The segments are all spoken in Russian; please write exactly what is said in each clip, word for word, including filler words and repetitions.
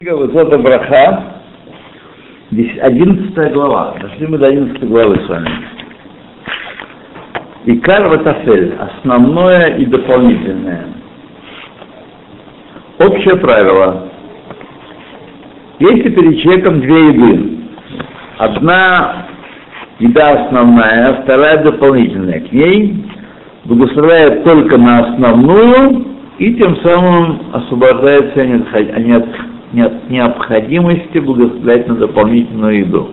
Высота браха, одиннадцатая глава. Дошли мы до одиннадцатой главы с вами. Икар ватафель, основное и дополнительное. Общее правило. Если перед человеком две еды, одна еда основная, вторая дополнительная, к ней благословляет только на основную и тем самым освобождается от нет необходимости благословлять на дополнительную еду.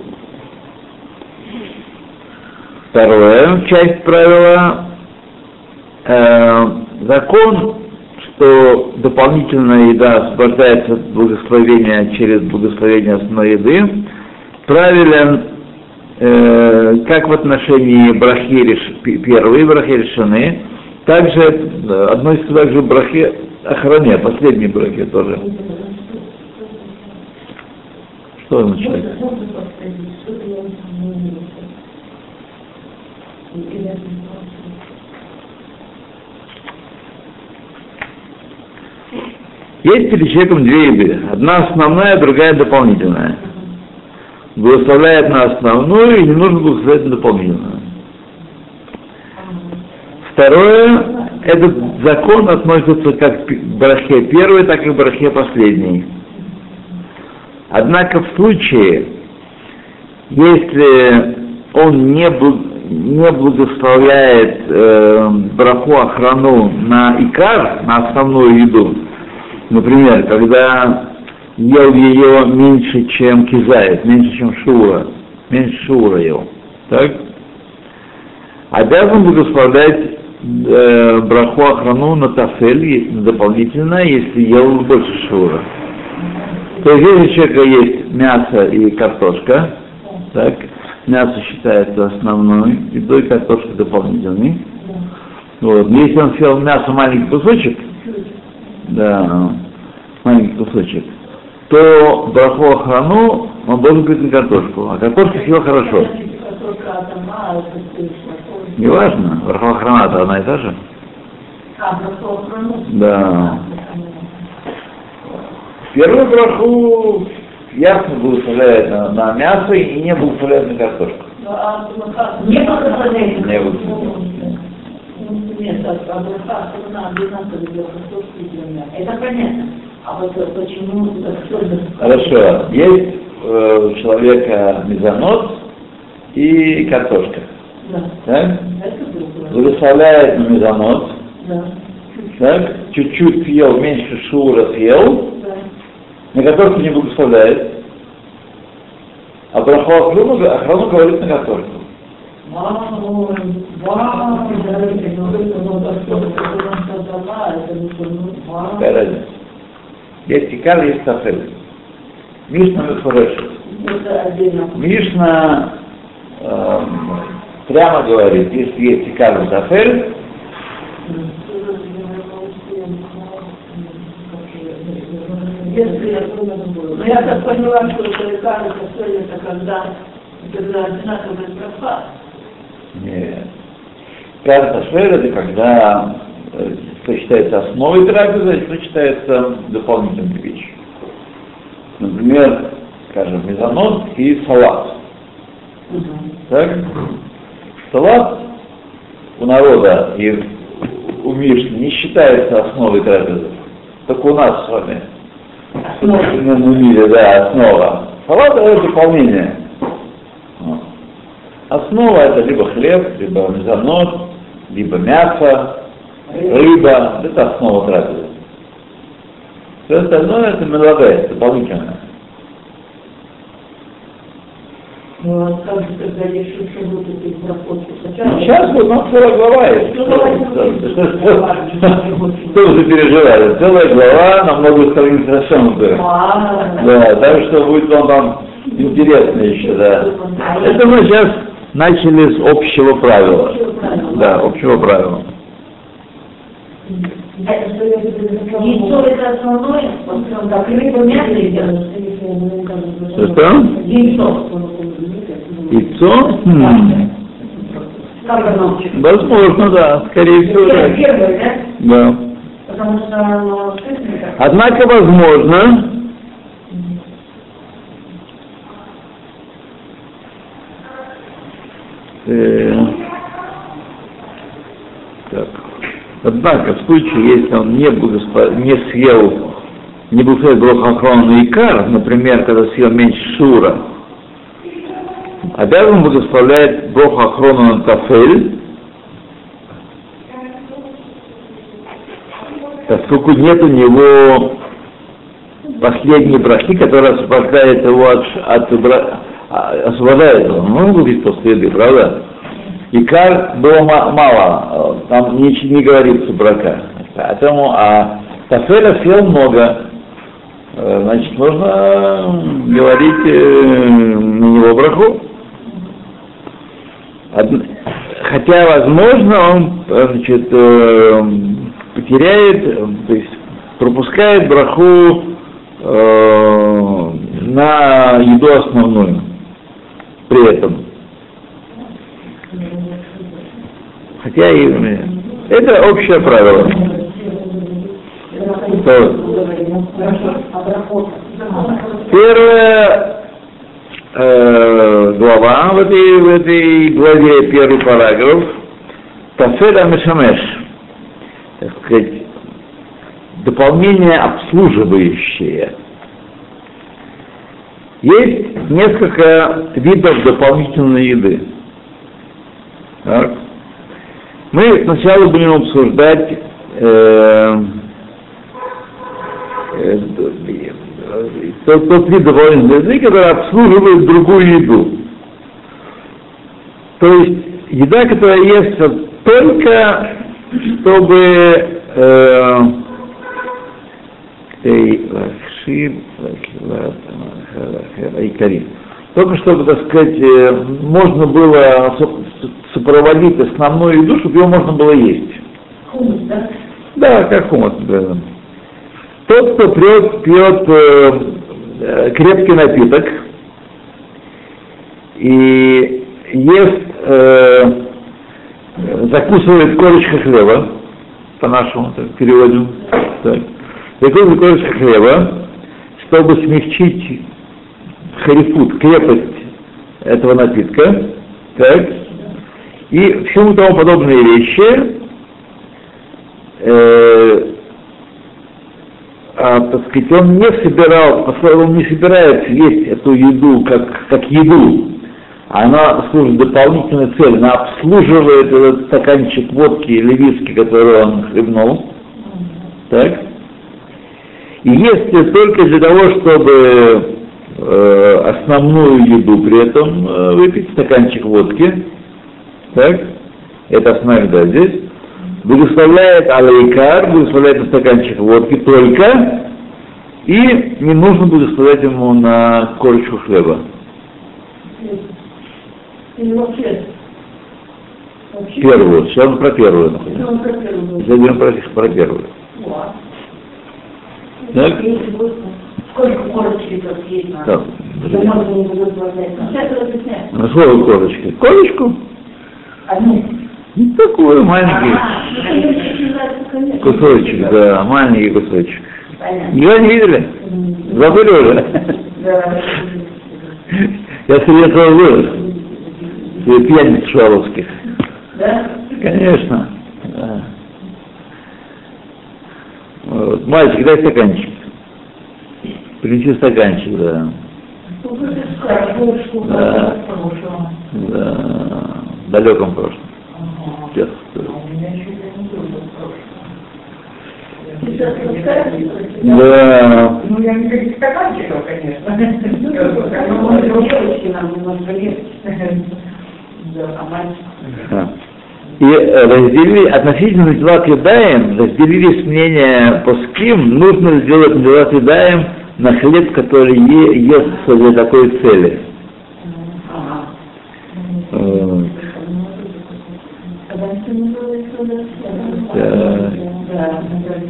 Второе, часть правила, э, закон, что дополнительная еда освобождается от благословения через благословение основной еды, правилен э, как в отношении брахи реш, первой брахи решены, также э, относится также к брахе охране, последней брахе тоже. Что означает? Есть перед человеком две еды. Одна основная, другая дополнительная. Благословляет на основную и не нужно благословлять на дополнительную. Второе, этот закон относится как к брахе первой, так и к брахе последней. Однако в случае, если он не, не благословляет э, браху охрану на икар, на основную еду, например, когда ел ее меньше, чем кизает, меньше, чем шура, меньше шура ел, так? Обязан благословлять э, браху охрану на тафель, на дополнительное, если ел больше шура. То есть, если у человека есть мясо и картошка, так, мясо считается основной, и то и картошка дополнительной. Вот. Если он съел мясо маленький кусочек, да, маленький кусочек, то браху охрану он должен пить на картошку, а картошку съел хорошо. Не важно, браху охрана-то одна и та же. Да. Первую браху ясно благословляет на, на мясо и не благословляет на картошку. Не благословляет. Не благословляет. Нет, а браха охрана одинаково для картошки и для мяса. Это понятно. А вот почему... Хорошо. Есть э, у человека мезонот и картошка. Да. Так? Благословляет на мезонот. Да. Так? Чуть-чуть съел, меньше шура съел. Да. На картошку не благословляет. А браху охрану, охрану говорит на картошку. Какая разница? Есть икар, есть тафель. Мишна мефурешет. Мишна э, прямо говорит, если есть икар и тафель, Но я так поняла, что это икар и тафель, это когда когда одинаковая браха. Нет. Икар и тафель это когда э, что считается основой трапезы, что считается дополнительной вещью. Например, скажем, мезонот и салат. Угу. Так? Салат у народа и у Мишны не считается основой трапезы. Только у нас с вами. В современном мире, да, основа. Салат это дополнение. Основа это либо хлеб, либо мезонот, либо мясо, рыба. Это основа трапезы. Все остальное это мелове, дополнительное. Ну, а как же тогда решить, что будет эти проходки? Сейчас вот у нас целая глава есть. Что вы переживаете? Целая глава, на много страниц рассчитана. Да, так что будет вам там интересно еще, да. Это мы сейчас начали с общего правила. Да, общего правила. Яйцо это основное, как рыба, мясо идет. Что? Яйцо. Яйцо? Хм. Возможно, да, скорее всего, да. Первое, да? Да. Потому что оно... Однако возможно, э, так. Однако, в случае, если он не, благоспо... не съел, не благословил броху ахрона на икар, например, когда съел меньше шура, обязан благословлять броху ахрона на тафель, поскольку нет у него последней брахи, которая освобождает его от, от освобождает его. Он может быть после еды, правда? Икар было мало, там ничего не говорится брака. Поэтому, а тафеля съел много. Значит, можно говорить на него браху. Хотя, возможно, он, значит, потеряет, то есть пропускает браху э, на еду основную при этом. Хотя и это общее правило. Первая э, глава в этой, в этой главе, первый параграф, Тафеля Мешамеш, так сказать, дополнение обслуживающее. Есть несколько видов дополнительной еды. Так. Мы сначала будем обсуждать э, э, тот, тот вид дополнительной еды, который обслуживает другую еду. То есть еда, которая естся только чтобы э, только чтобы, так сказать, можно было сопроводить основную еду, чтобы ее можно было есть. Хумус, да? Да, как хумус. Да. Тот, кто пьет, пьет э, крепкий напиток и ест, э, закусывает корочкой хлеба, по-нашему так переводим, так. Закусывает корочкой хлеба, чтобы смягчить харифут, крепость этого напитка, так, и всему тому подобные вещи, э, а, так сказать, он не собирал, он не собирается есть эту еду как, как еду, она служит дополнительной цели, она обслуживает этот стаканчик водки или виски, который он хлебнул, так, и если только для того, чтобы э, основную еду при этом э, выпить, стаканчик водки, так, это основная еда здесь, благословляет алейкар, благословляет на стаканчик водки только, и не нужно благословлять ему на корочку хлеба. Или вообще? Вообще? Первую, сейчас он про первую находится. Он про первую. Сейчас говорим про, про первую. Да. Так? Сколько корочки тут есть? Так. Да можно не благословлять. Сейчас разъясняю. На слово корочки. Корочку? Одну. Ну, такой маленький А, кусочек, да, маленький кусочек. понятно. Его не видели? Забыли уже? Да. Я среди этого вырос. Среди пьяниц шуаровских. Да? Конечно. Да. Вот. Мальчик, дай стаканчик. Принеси стаканчик, да. Да. Да. В далеком прошлом. Сейчас. Да. Ну, я не хочу стаканчиков, конечно. Ну, девочки нам немножко легче. Да, а мальчик. И разделили, относительно Нетилат Ядаем, разделились мнения поским, нужно сделать Нетилат Ядаем на хлеб, который е, естся для такой цели. Ага. Вот. Да.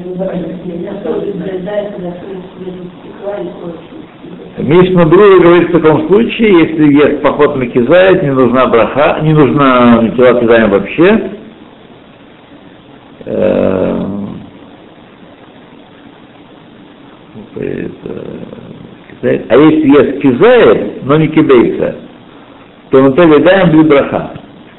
Мишна Брура говорит, в таком случае, если ест поход на кизайт, не нужна браха, не нужна Нетилат Ядаем вообще. А если ест кизайт, но не кидейца, то Нетилат Ядаем будет браха.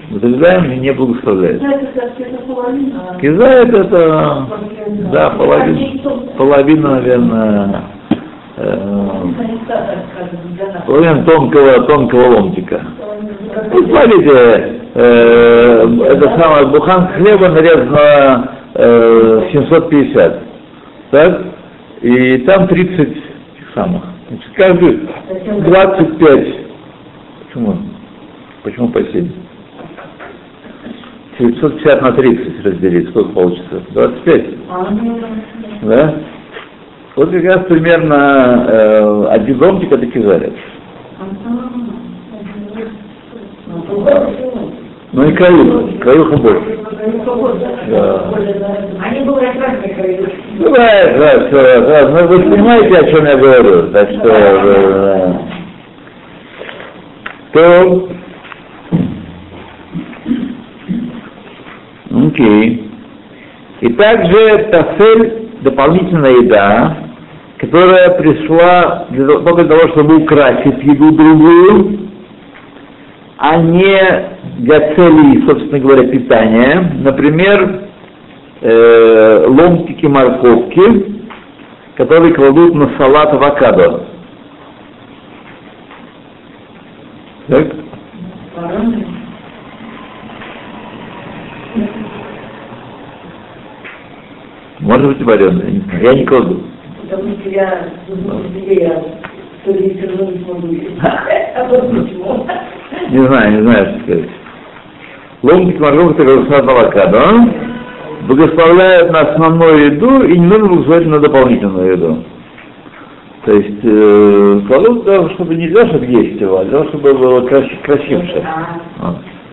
Выдвигаем и не благословляет. Киза это, это да, половина, половина, наверное, э, половина тонкого, тонкого ломтика. Вот смотрите, э, это самое, бухан хлеба нарезано э, семьсот пятьдесят, так? И там тридцать самых. Значит, каждый двадцать пять. Почему? Почему по семь? девятьсот пятьдесят на тридцать разделить, сколько получится? двадцать пять. Да? Вот как раз примерно э, один ломтик это кизарец. Ну и краюха, краюха больше. Да. Они бывают разные краюхи. Бывает, да, все, да. Ну, вы понимаете, о чем я говорю, так что... Да. То... Окей. И также тафель, дополнительная еда, которая пришла для того, только для того, чтобы украсить еду другую, а не для целей, собственно говоря, питания. Например, э, ломтики морковки, которые кладут на салат авокадо. Так? Может быть, и вареные, я не знаю. Я не кладу. Потому что я я то ли все равно не смогу. А вот почему? Не знаю, не знаю, что сказать. Ломтик морковки, которые салат авокадо, благословляют на основную еду и не нужно благословлять на дополнительную еду. То есть, э, кладут для того, чтобы не для того, чтобы есть его, а для того, чтобы было красив, красивше. Вот.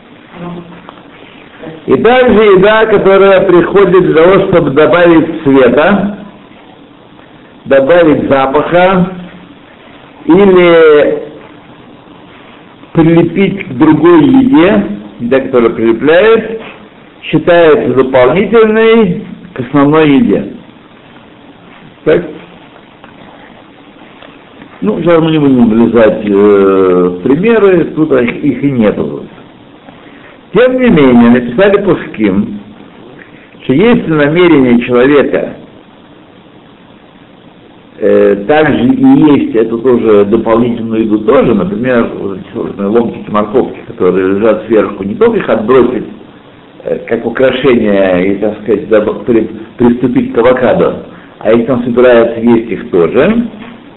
И также еда, которая приходит для того, чтобы добавить цвета, добавить запаха или прилепить к другой еде, еда, которая прилепляет, считается дополнительной к основной еде. Так? Ну, сейчас мы не будем влезать э, в примеры, тут их, их и нету. Тем не менее, написали пуским, что если намерение человека э, также и есть эту тоже дополнительную еду тоже, например, ломтики морковки, которые лежат сверху, не только их отбросить э, как украшение и, так сказать, при, приступить к авокадо, а если он собирается есть их тоже,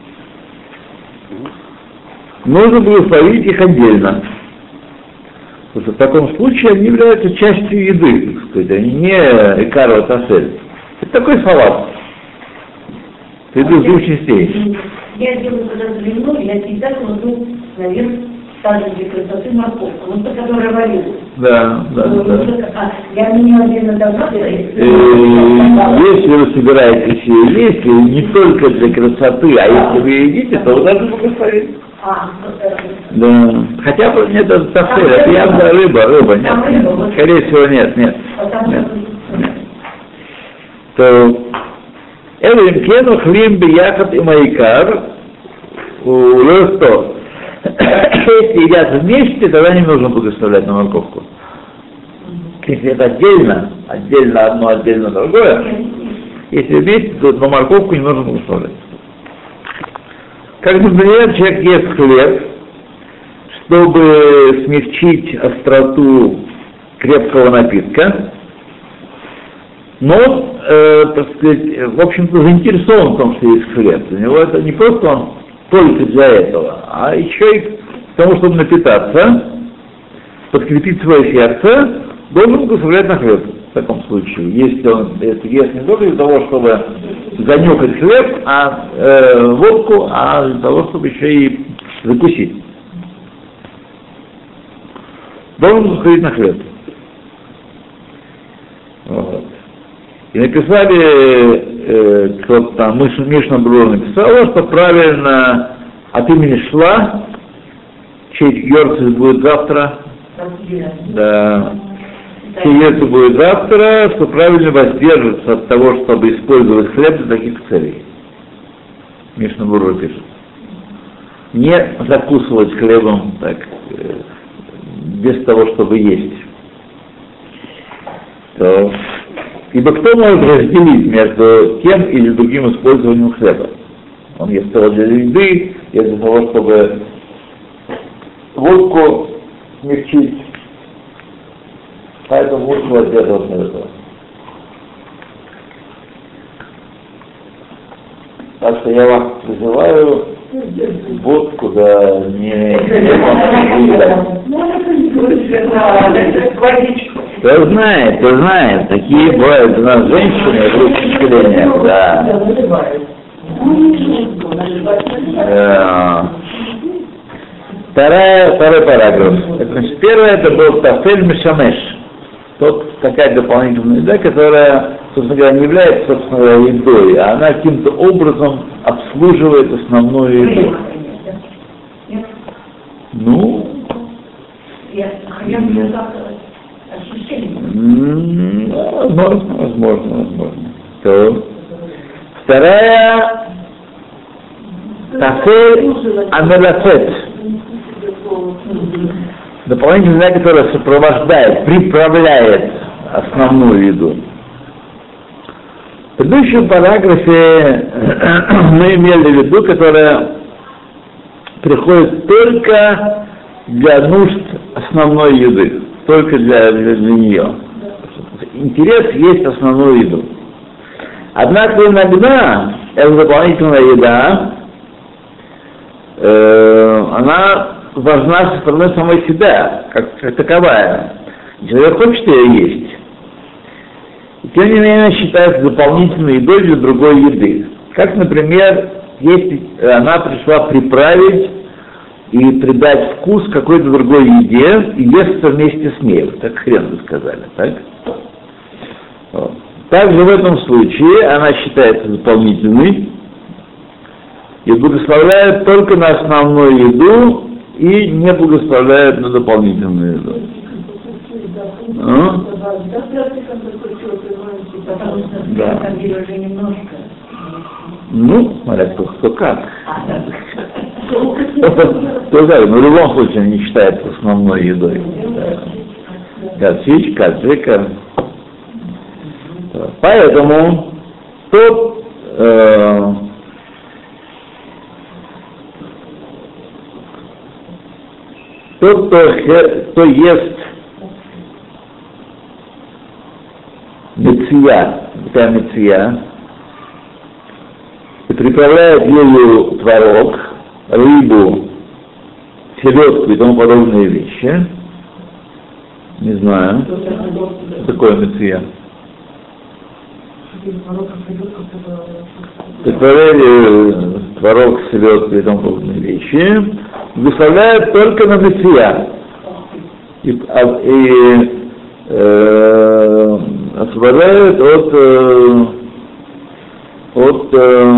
нужно благословить их отдельно. Потому что в таком случае они являются частью еды, так сказать, они не экаро тасель. Это такой салат. Еду из двух частей. Я делаю когда длину, я всегда кладу наверх также для красоты морковку, ну, та, которая варилась. Да, да, ну, да. А, я не отдельно давно, если вы собираетесь ее есть, не только для красоты, а если вы едите, то вы должны благословить. А, да. Хотя бы нет, это тафель, это явно рыба, рыба, нет, нет. Скорее всего, нет, нет. нет, нет. То Элимкену хлим биякат и майкар у лесто. Если едят вместе, тогда не нужно благословлять на морковку. Если это отдельно, отдельно одно, отдельно другое, если вместе, то на морковку не нужно благословлять. Как, например, человек ест хлеб, чтобы смягчить остроту крепкого напитка, но, э, так сказать, в общем-то, заинтересован в том, что есть хлеб. У него это не просто он только для этого, а еще и к тому, чтобы напитаться, подкрепить свое сердце, должен благословлять на хлеб в таком случае. Если он это ест не только для того, чтобы занюхать хлеб, а э, водку, а для того, чтобы еще и закусить. Должен благословить на хлеб. Вот. И написали, э, кто-то там, Мишна Брура написала, что правильно от имени Шла, чей Йорцис будет завтра, да, чей Йорцис будет завтра, что правильно воздерживаться от того, чтобы использовать хлеб для таких целей. Мишна Брура пишет. Не закусывать хлебом так, э, без того, чтобы есть. То, ибо кто может разделить между тем или другим использованием хлеба? Он ест его для еды, ест для того, чтобы водку смягчить, поэтому лучше воздерживаться от этого. Так что я вас призываю водку, да, не... Кто знает, кто знает, такие бывают у нас женщины в русских селениях, да. Да. Вторая, второй параграф. Значит, первое это был тафель мешамеш. Тот такая дополнительная еда, которая, собственно говоря, не является, собственно говоря, едой, а она каким-то образом обслуживает основную еду. Ну, возможно, возможно, возможно. То. Вторая тафель амелафет. Дополнительная еда, которая сопровождает, приправляет основную еду. В предыдущем параграфе мы имели в виду, которая приходит только для нужд основной еды, только для, для, для нее. Интерес есть основную еду. Однако иногда эта дополнительная еда, э, она важна со стороны самой себя, как, как таковая. Человек хочет ее есть. И тем не менее считается дополнительной едой для другой еды. Как, например, если она пришла приправить и придать вкус какой-то другой еде и естся вместе с ней. Так хрен вы сказали, так? Вот. Также в этом случае она считается дополнительной и благословляет только на основную еду и не благословляет на дополнительную еду. А? Да. Ну, смотря кто, кто как. Кто знает, но в любом случае не считается основной едой. Горчичка, аджика. Поэтому тот, э, тот, кто, кто ест меция, такая меция, и приправляет ею творог, рыбу, селедку и тому подобные вещи, не знаю, что такое меция. Приправляли творог, селедку и тому подобные вещи, выставляют только на меция. И, и э, освобождают от, э, от э,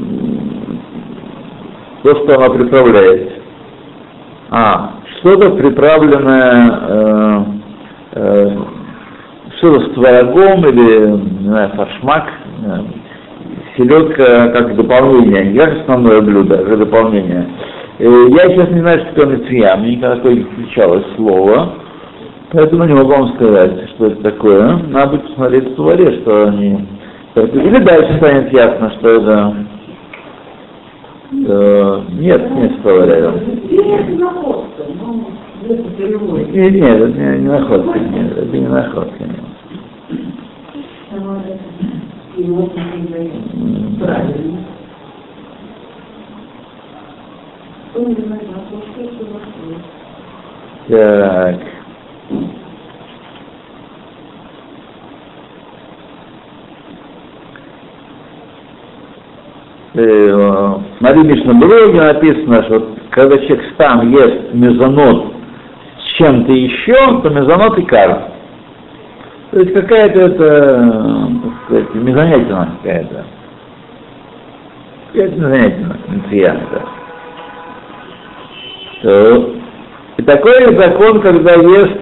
то, что она приправляет. А, что-то приправленное, э, э, что-то с творогом или, не знаю, фаршмак, э, селедка как дополнение, не как основное блюдо, как дополнение. Э, я сейчас не знаю, что такое меция, мне никогда такое не встречалось слово, поэтому не могу вам сказать, что это такое. Надо будет посмотреть в словаре, что они... Или дальше станет ясно, что это... Э, нет, нет словаря. Нет, нет, это не, не находка, нет, это не находка. Нет. Так. Э, смотри, Мишна Броге написано, что когда человек сам ест мезонот с чем-то еще, то мезонот и кар. То есть какая-то это, так сказать, мезонятина какая-то. Какая-то мезонятина, меция. И такой закон, когда ест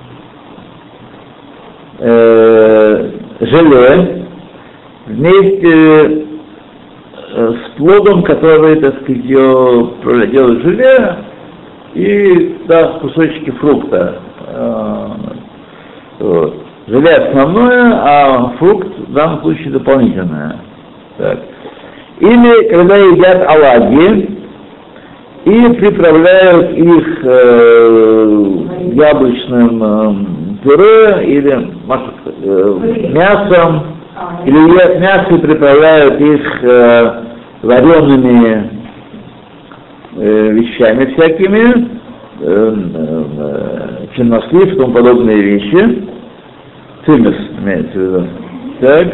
э, желе вместе с плодом, который, так сказать, ее делает желе, и да, кусочки фрукта. Вот. Желе основное, а фрукт в данном случае дополнительное. Так. Или когда едят оладьи и приправляют их э, яблочным э, пюре или э, мясом, или едят мясо и приправляют их э, вареными э, вещами всякими, э, э, чернослив и тому подобные вещи. Цимес имеется в виду. Так.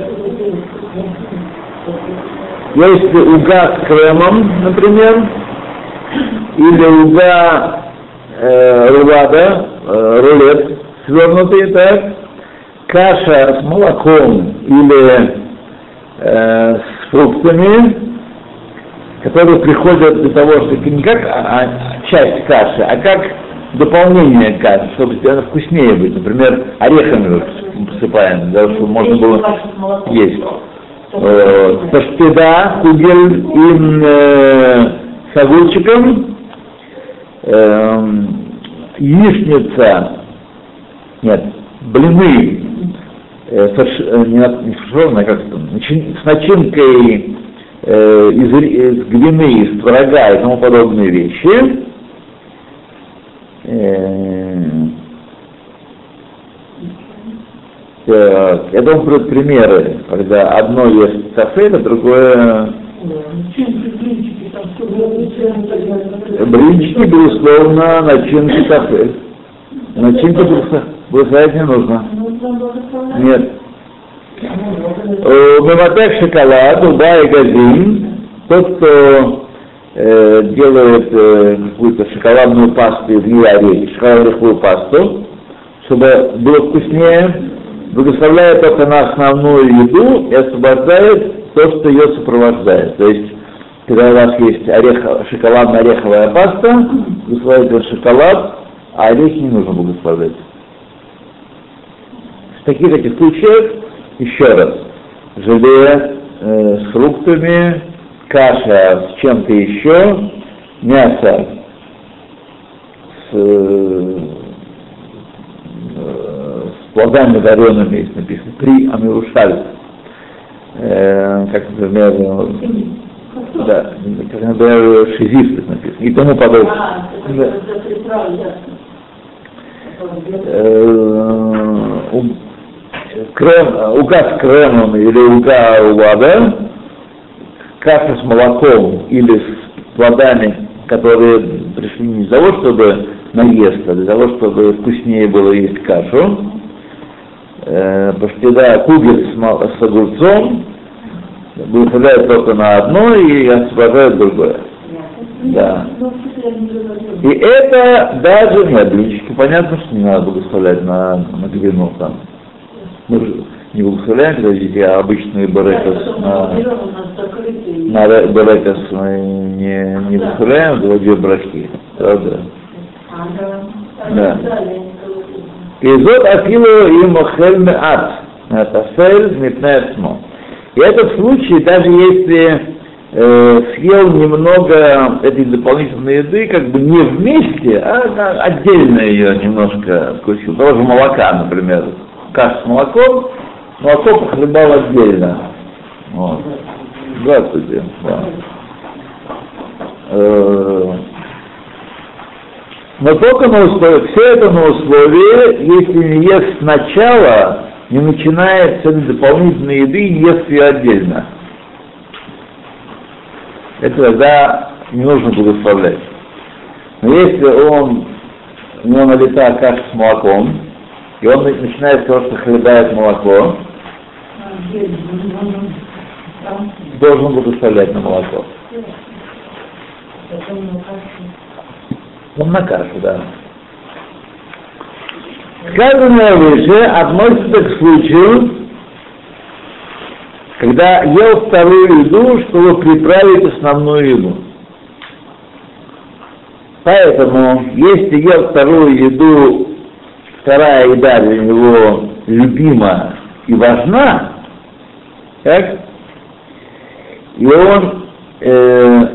Если уга с кремом, например, или уга э, рулада, э, рулет свернутый, так, каша с молоком или э, с фруктами, которые приходят для того, чтобы не как а, а, часть каши, а как дополнение каши, чтобы она вкуснее быть. Например, орехами посыпаем, да, чтобы можно было есть. Паштеда, кугель и э, с огурчиком, э, яичница, нет, блины, э, фарш, э, не, не фаршированная, как это, начин, с начинкой э, из, из глины, из творога и тому подобные вещи. Э, Так, это он приводит примеры, когда одно ест тафель, а другое... Блинчики, безусловно, начинки тафель. Начинки благословить не нужно. Нет. Мематек шоколад, уба и газин. Тот, кто э, делает э, какую-то шоколадную пасту из орехи, шоколадную пасту, чтобы было вкуснее, благословляет только на основную еду и освобождает то, что ее сопровождает. То есть, когда у вас есть орех, шоколадно-ореховая паста, благословляет шоколад, а орехи не нужно благословлять. В таких этих случаях, еще раз, желе э, с фруктами, каша с чем-то еще, мясо с... Э, плодами вареными, есть написано, при амирушаль, э, как, например, да, как, например, шизиф написано, и тому подобное. А, да. э, у, крем, уга с кремом или уга улада, каша с молоком или с плодами, которые пришли не для того, чтобы наесться, а для того, чтобы вкуснее было есть кашу, паштеда, кугель с, с огурцом, благословляют только на одно и освобождают другое. Да. И это даже, нет, блинчики, понятно, что не надо благословлять на, на глину там. Мы же не благословляем, когда видите, а обычные барекас на, на барекас мы не, не благословляем, это две брахи. Правда? Да. Изот афилу и мохель меат, тафель мипнеэсмо. И этот случай, даже если э, съел немного этой дополнительной еды, как бы не вместе, а отдельно ее немножко вкусил. Того же молока, например. Каша с молоком, молоко похлебал отдельно. Вот. Здравствуйте. Да. Э, Но только на условии, все это на условии, если не ест сначала, не начинает с этой дополнительной еды и ест ее отдельно. Это тогда не нужно благословлять. Но если он, у него налита каша с молоком, и он начинает с того, что хлебает молоко, должен благословлять на молоко. Он на кашу, да. Сказанное выше относится к случаю, когда ел вторую еду, чтобы приправить основную еду. Поэтому, если ел вторую еду, вторая еда для него любима и важна, так, и он э,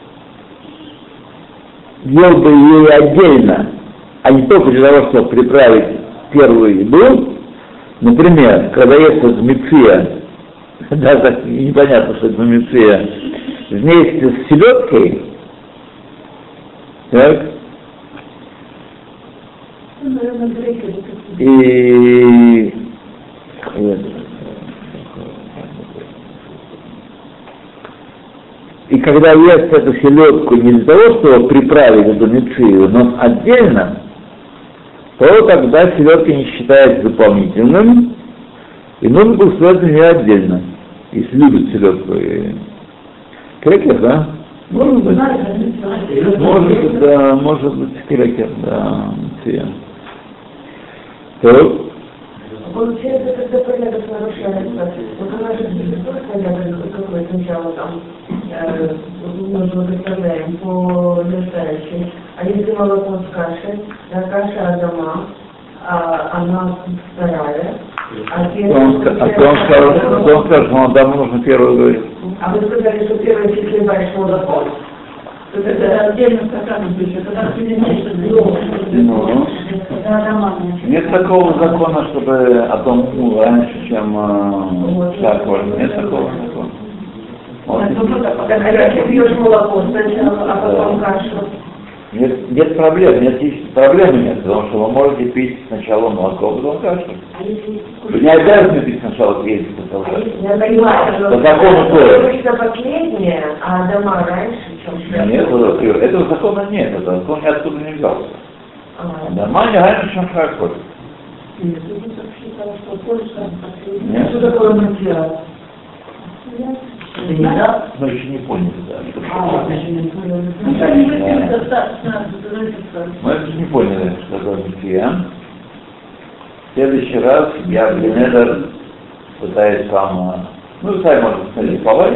ел бы ее отдельно, а не только для того, чтобы приправить первую еду, Например, когда есть мецея, даже непонятно, что это мецея, вместе с селедкой, так, и и когда ест эту селедку не для того, чтобы приправить эту мецею, но отдельно, то тогда селедка не считается дополнительным, и нужно благословлять на нее отдельно, если любит селедку. И... Крекер, да? Может быть, может быть, да, может быть, крекер, да, мецея. То. Получается, когда порядок нарушается, вот у нас же порядок какой сначала там мы же выставляем по летающей, а если молоко с кашей, да, каша дома, а она вторая, а он сказал, что он давно нужно первую говорить. А вы сказали, что первое, если хлебаешь молоко, то это отдельно стаканом пишет, тогда ты не знаешь, что нет такого закона, чтобы одно ну, раньше, чем э, алкоголь. Нет такого закона. Когда ты пьешь молоко сначала, а потом кашу. Нет, нет проблем, нет, проблемы нет, потому что вы можете пить сначала молоко, а потом кашу. Вы не обязаны пить сначала есть, потом кашу. Я понимаю, что это последнее, а дома раньше, чем нет, этого закона нет, этот закон ни откуда не взялся. Дома не раньше, чем алкоголь. Нет. Что такое материал? Да? Мы еще не поняли, да. А, Мы еще не поняли, что такое митья. В следующий раз я в Бенедер пытаюсь вам, ну, сами можете смотреть поварить.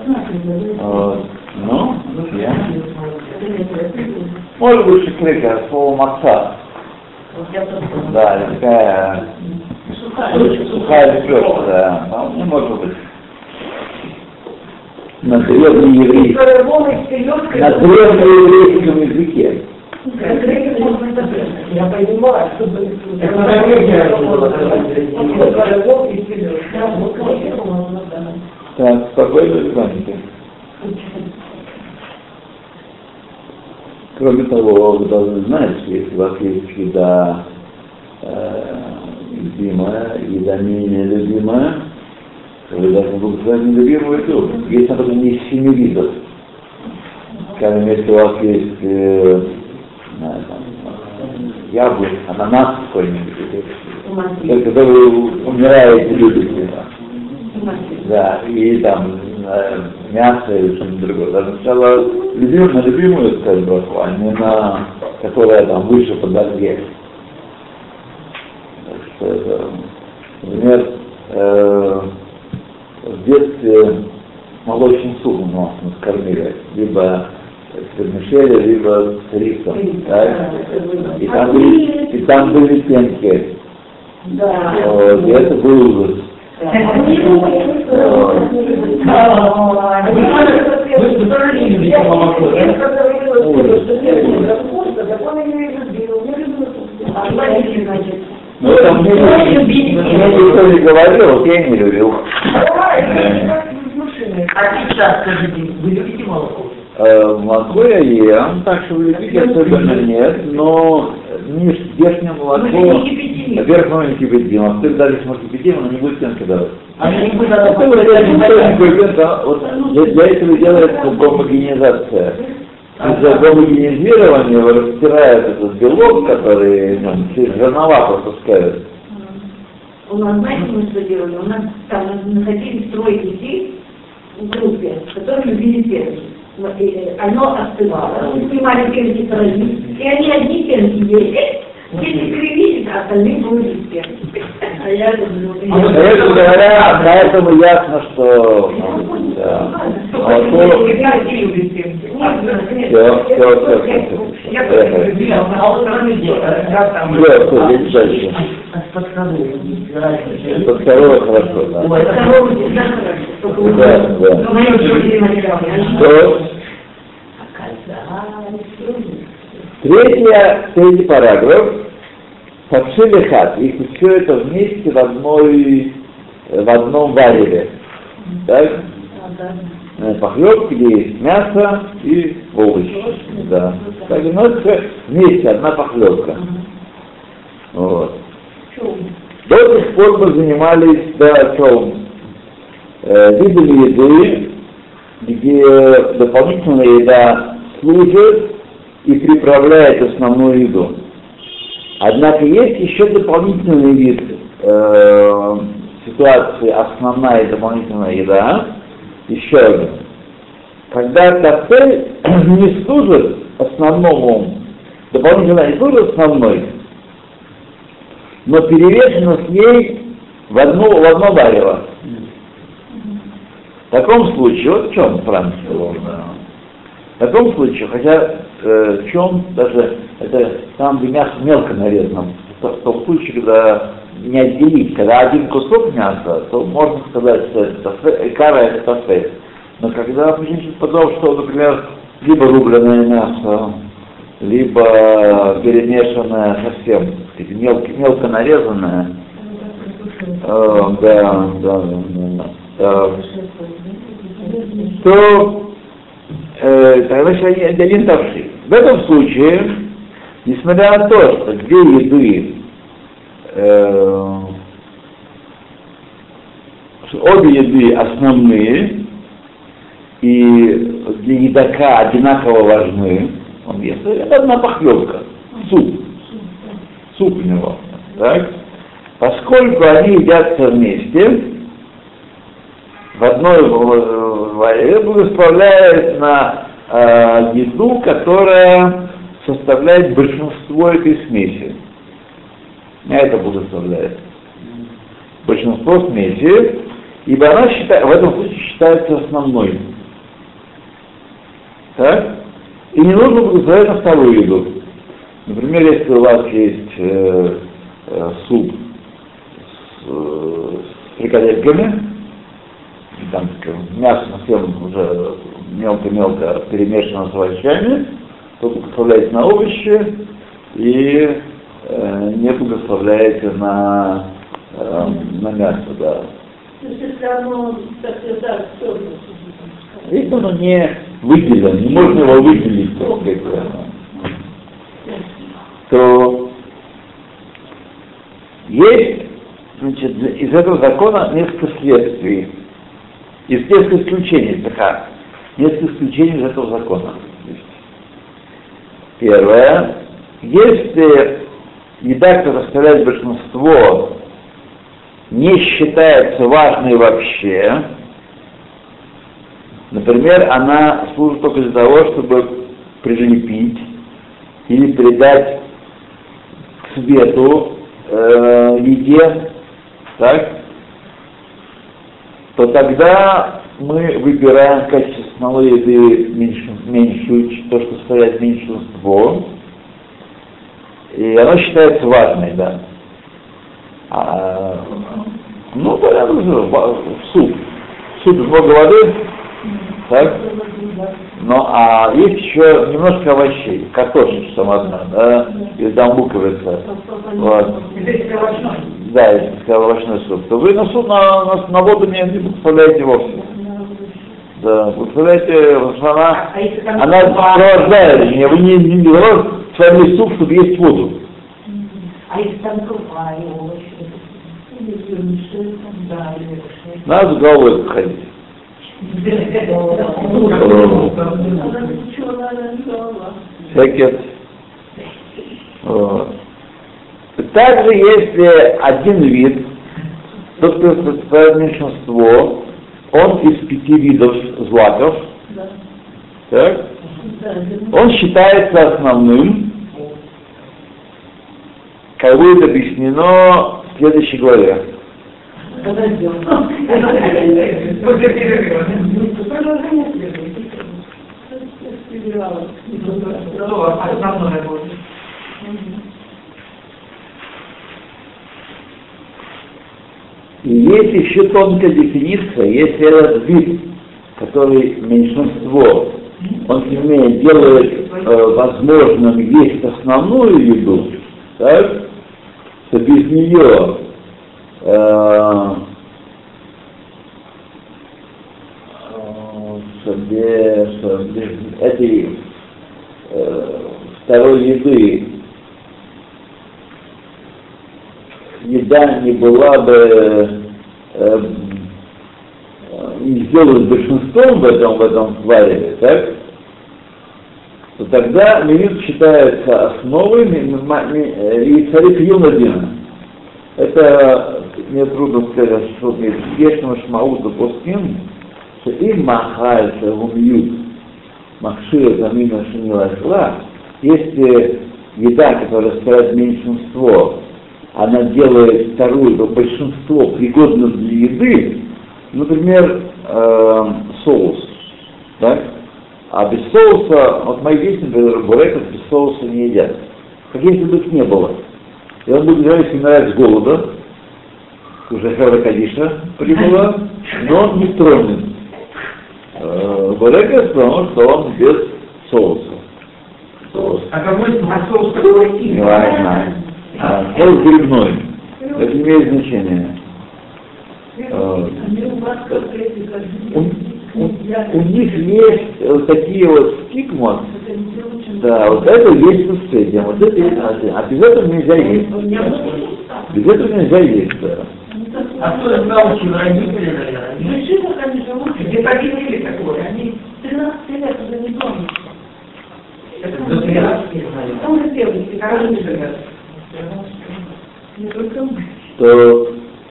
Ну, митья. Может быть, шекрека, слово маца. Да, такая сухая лепешка, да. Ну, может быть. На древнееврейском, на древнееврейском языке. Я понимаю, что так, спокойно, звоните. Кроме того, вы должны знать, что если у вас есть еда э, любимая, еда менее любимая, вы должны благословить нелюбимую еду. Есть, например, не из семи видов. Скажем, если у вас есть э, яблок, ананас какой-нибудь, когда вы умираете, любите. Да, и там э, мясо или что-нибудь другое. Даже сначала любим, на любимую сказать браху, а не на которая там выше по дороге. Так что это, например, э, в детстве молочным супом нас кормили, либо с вермишелью, либо с рисом, так? И там были, и там были пенки. Да. Вот, и это был ужас. Ну, там мне никто не говорил, вот я не любил. А сейчас, скажите, вы любите молоко? Молоко я ем, так что любить особенно нет, но не здешнее молоко, во-первых, оно не кипятимо, а во-вторых, даже если оно кипятимо, оно не будет пенки давать. А не будет вот для этого делается гомогенизация. Из-за гомогенизирования растирают этот белок, который ну, через жернова пропускают. У нас, знаете, мы что делали? У нас там находились трое детей в группе, которые любили пенки. Оно остывало, мы снимали пенки пироги, и они одни пенки ели, дети кривились, а остальные были пенки. А я люблю. Короче говоря, поэтому ясно, что да, молоко... Все, все, все, все. Я тоже любила, а он там не делал. Все, все, идите дальше. Под второго. Под второго хорошо, да. Под второго всегда хорошо. Да, да. Что? Третья, третий параграф. Факшили хат, и все это вместе в одной, в одном вареве. Так? Похлебка, где есть мясо и овощи. Да. Так, ну, это вместе одна похлебка. Вот. До сих пор мы занимались, да, чем? Э, видами еды, где дополнительная еда служит и приправляет основную еду. Однако есть еще дополнительный вид э, ситуации, основная и дополнительная еда, еще один. Когда тафель не служит основному, дополнительно не служит основной, но перевешено с ней в одно, в одно варево. В таком случае, вот в чем Франц сказал, да. В таком случае, хотя э, в чем даже это там где мясо мелко нарезано, в, в том случае, когда не отделить, когда один кусок мяса, то можно сказать, что это кара это тафель. Но когда почему-то подумал, что, например, либо рубленое мясо, либо перемешанное совсем, сказать, мелко, мелко нарезанное, э, да, да, да, да, то э, тогда еще один тавши. В этом случае, несмотря на то, что две еды, э, обе еды основные и для едока одинаково важны, он ест, это одна похлебка, суп, суп у него, так? Поскольку они едятся вместе, в одной варе благословляет на э, еду, которая составляет большинство этой смеси. На это благословляет. Большинство смеси, ибо она считает, в этом случае считается основной. Так? И не нужно благословлять на вторую еду. Например, если у вас есть э, э, суп с, э, с фрикадельками, там мясо совсем уже мелко-мелко перемешано с овощами, то благословляете на овощи и э, не благословляете на, э, на мясо, да. То есть если оно так сказать, Если оно не выделено, не можно его выделить, то, то есть, значит, из этого закона несколько следствий. Есть несколько исключений, такая, несколько исключений из этого закона. Первое, если еда, которая составляет большинство, не считается важной вообще, например, она служит только для того, чтобы прилепить или придать к свету э, еде, так, то тогда мы выбираем в качестве основной еды меньшую, меньшую, то, что составляет меньшинство, и оно считается важной, да. А, ну, понятно, суп. В супе много воды, так? Ну, а есть еще немножко овощей, картошечка сама одна, да, или там луковица. Вот. Да, если овощной суп, то вы на суп, на, на, на воду не, не благословляете вовсе. Да, благословляете, потому что она, она сопровождает меня, вы не, не, не с вами суп, чтобы есть воду. А если там крупа и овощи? Надо с головой ходить. Всякие. Вот. Также, если один вид, тот, кто составляет меньшинство, он из пяти видов злаков, да. Так, он считается основным, как будет объяснено в следующей главе. И есть еще тонкая дефиниция, если этот вид, который меньшинство, он тем не менее делает э, возможным есть основную еду, так, что без нее э, без, без этой э, второй еды еда не была бы э, не сделалась большинством в этом, в этом варе, так? То тогда мирит считается основой и царит юнадина. Это мне трудно сказать, что есть шмаут допустим, что им махается гумьют махшир замина шинилашла, если еда, которая составляет меньшинство, она делает вторую, то большинство пригодно для еды, например, э, соус, так? А без соуса, вот мои дети, например, буреков без соуса не едят. Как если бы их не было. И он будет говорить, умирать с голода, уже Хара Кадиша прибыла, но он не тронет э, буреков, потому что он без соуса. Соус. А какой соус такой? Не важно. А, соус грибной. Это не имеет значения. Uh, у, у, у них есть вот такие вот стигмы, да, вот это есть с этим, вот это есть, а без этого нельзя есть. Без этого нельзя есть, да. А кто их научил, родители, наверное? Мужчины, они живут, где победили такое, они тринадцать лет уже не дома. Это до тринадцати лет, наверное. Он же первый, короче, живет. Не только мы. То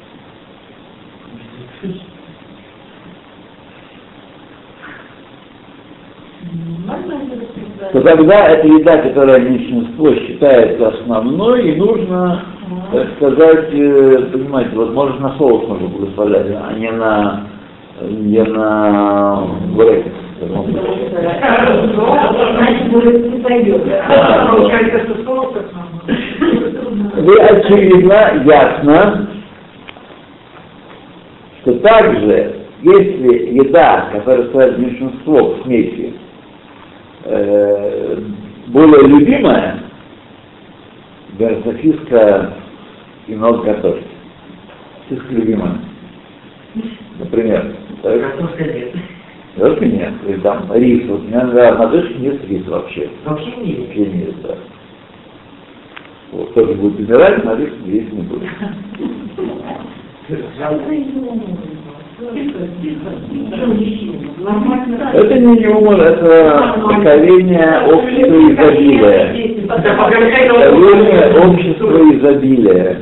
то тогда эта еда, которая меньшинство считается основной, и нужно, так сказать, понимаете, вот может на соус можно благословлять, а не на не на буреков. И очевидно, ясно, что также, если еда, которая составляет меньшинство в смеси, э, более любимая, например, сосиска и много картошки. Сосиска любимая. Например. Картошка нет. Картошка нет. Или там рис. Вот у меня на картошке нет риса вообще. Вообще нет? Вообще нет, да. Вот, кто-то будет умирать, на рис есть не будет. Это не юмор, это поколение общества изобилия. Поколение общества изобилия.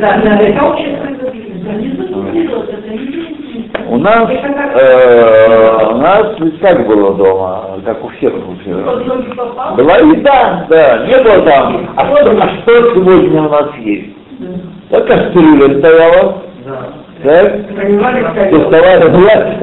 У нас, э, у нас ведь как было дома, как у всех у всех. Была еда, да, не было там. А что, а что сегодня у нас есть? Так кастрюля стояла. Так? Доставали власть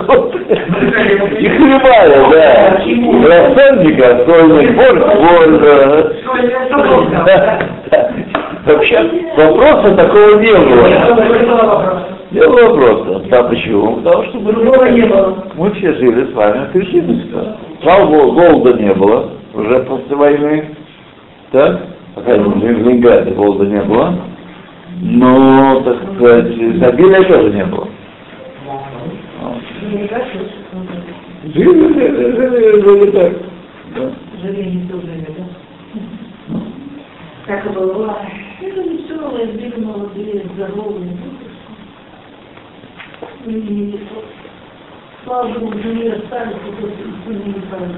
и хлебали, да. Рассольника, сольный борщ, борщ. Вообще вопроса такого не было. Не было вопроса. Да, почему? Потому что мы, не было. Мы все жили с вами в крещенстве. Слава Богу, голода не было уже после войны. Так? Пока в Ленинграде голода не было. Но, так сказать, изобилия тоже не было. Жили, жили, жили, жили так. Да. Жили не то жили, да? Как и было. Это веселые, были молодые, здоровые. Слава Богу, жили остались, и не остались.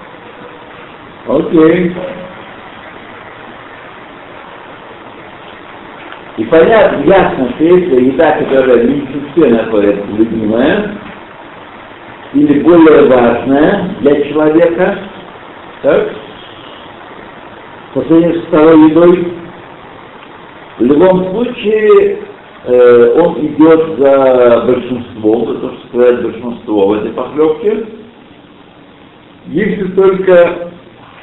Окей. И понятно, ясно, что если еда, которая в меньшинстве находится, любимая, или более важная для человека, так, по сравнению с второй едой, в любом случае э, он идет за большинством, за то, что сказать большинство в этой похлебке, если только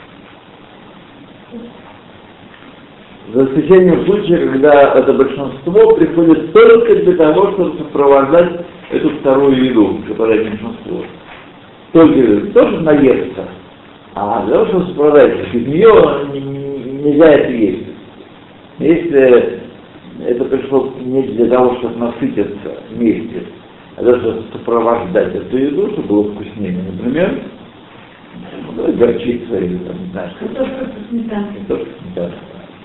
за исключением случая, когда это большинство приходит только для того, чтобы сопровождать эту вторую еду, которая меньшинство. Только тоже наесться, а для того, чтобы сопровождать, без нее нельзя это есть. Если это пришло не для того, чтобы насытиться вместе, а даже чтобы сопровождать эту еду, чтобы было вкуснее. Например, ну, горчица или там, не знаю, что. Картошка со сметанкой. Картошка со сметанкой.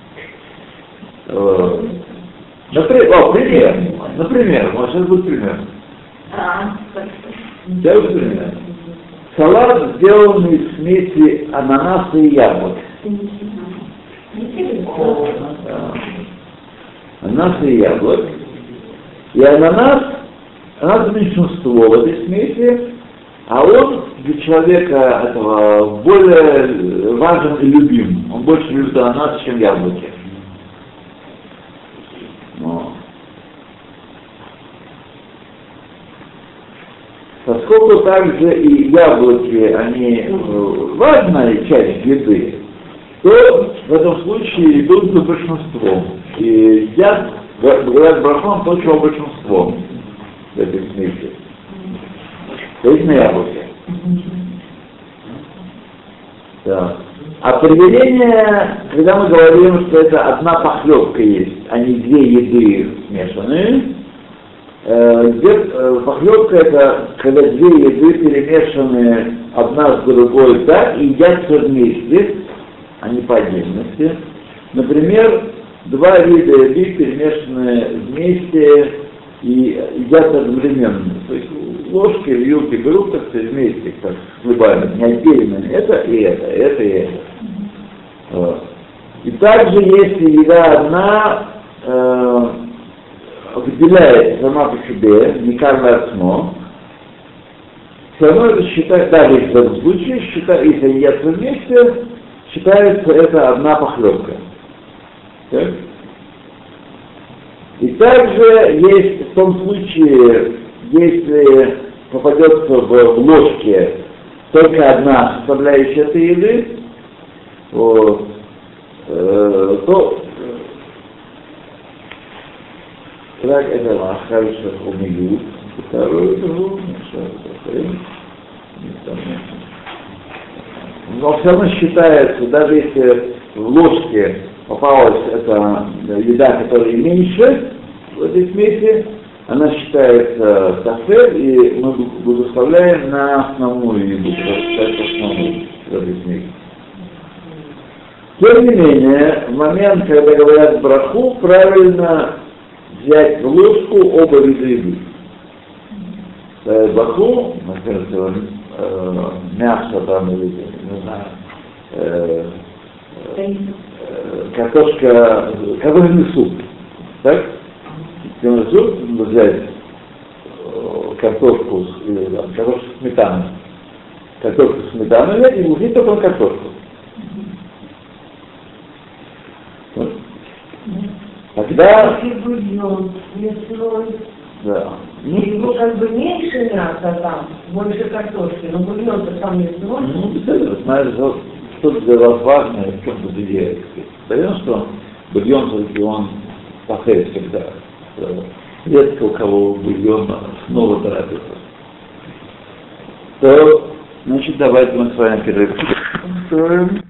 Например, о, пример. Например, вот сейчас будет пример. А, Я вот пример. Салат, сделанный из смеси ананаса и яблок. Ананас и яблок. И ананас, ананас меньшинство в этой смеси, а он для человека этого более важен и любим. Он больше любит ананас, чем яблоки. Но. Поскольку также и яблоки, они важная часть еды, то в этом случае идут за большинством. И едят, говорят брахом, то, чего большинство в этой смеси. То есть на яблоке. Да. А проверение, когда мы говорим, что это одна похлебка есть, а не две еды смешанные, э, где, э, похлебка это когда две еды перемешаны одна с другой так и едятся вместе, а не по отдельности. Например, два вида еды перемешаны вместе и едятся одновременно. То есть ложки, вилки берут как-то вместе, как с хлебами, не отдельно. Это и это, это и это. Вот. И также, если еда одна э, выделяется сама по себе, не каждое отно, все равно это считается, даже если в этом случае, считается, если они едятся вместе, считается это одна похлебка. Так? И также есть в том случае, если попадется в ложке только одна составляющая этой еды, вот, э, то так это махариша умеют, второе другое, но все равно считается, даже если в ложке попалась эта еда, которая меньше в этой смеси, она считается кафе, и мы благословляем на основную еду, считается основной в этой смеси. Тем не менее, в момент, когда говорят браху, правильно взять в ложку оба вида еды. Браху, например, э, мясо там или, не знаю, э, э, картошка, картофельный суп, так? Картофельный суп, надо взять картошку, или, да, картошку с сметаной, картошку с сметаной взять и ложить только на картошку. Вот. Тогда... Бульон, мясной. Да. Ну, его как бы меньше мяса там, больше картошки, но бульон-то там мясной. Ну, это, знаешь, что для вас важно, в чем тут идея. Понятно, что бульон все-таки он пахает всегда. Редко у кого бульон снова торопится. То, значит, давайте мы с вами перерыв.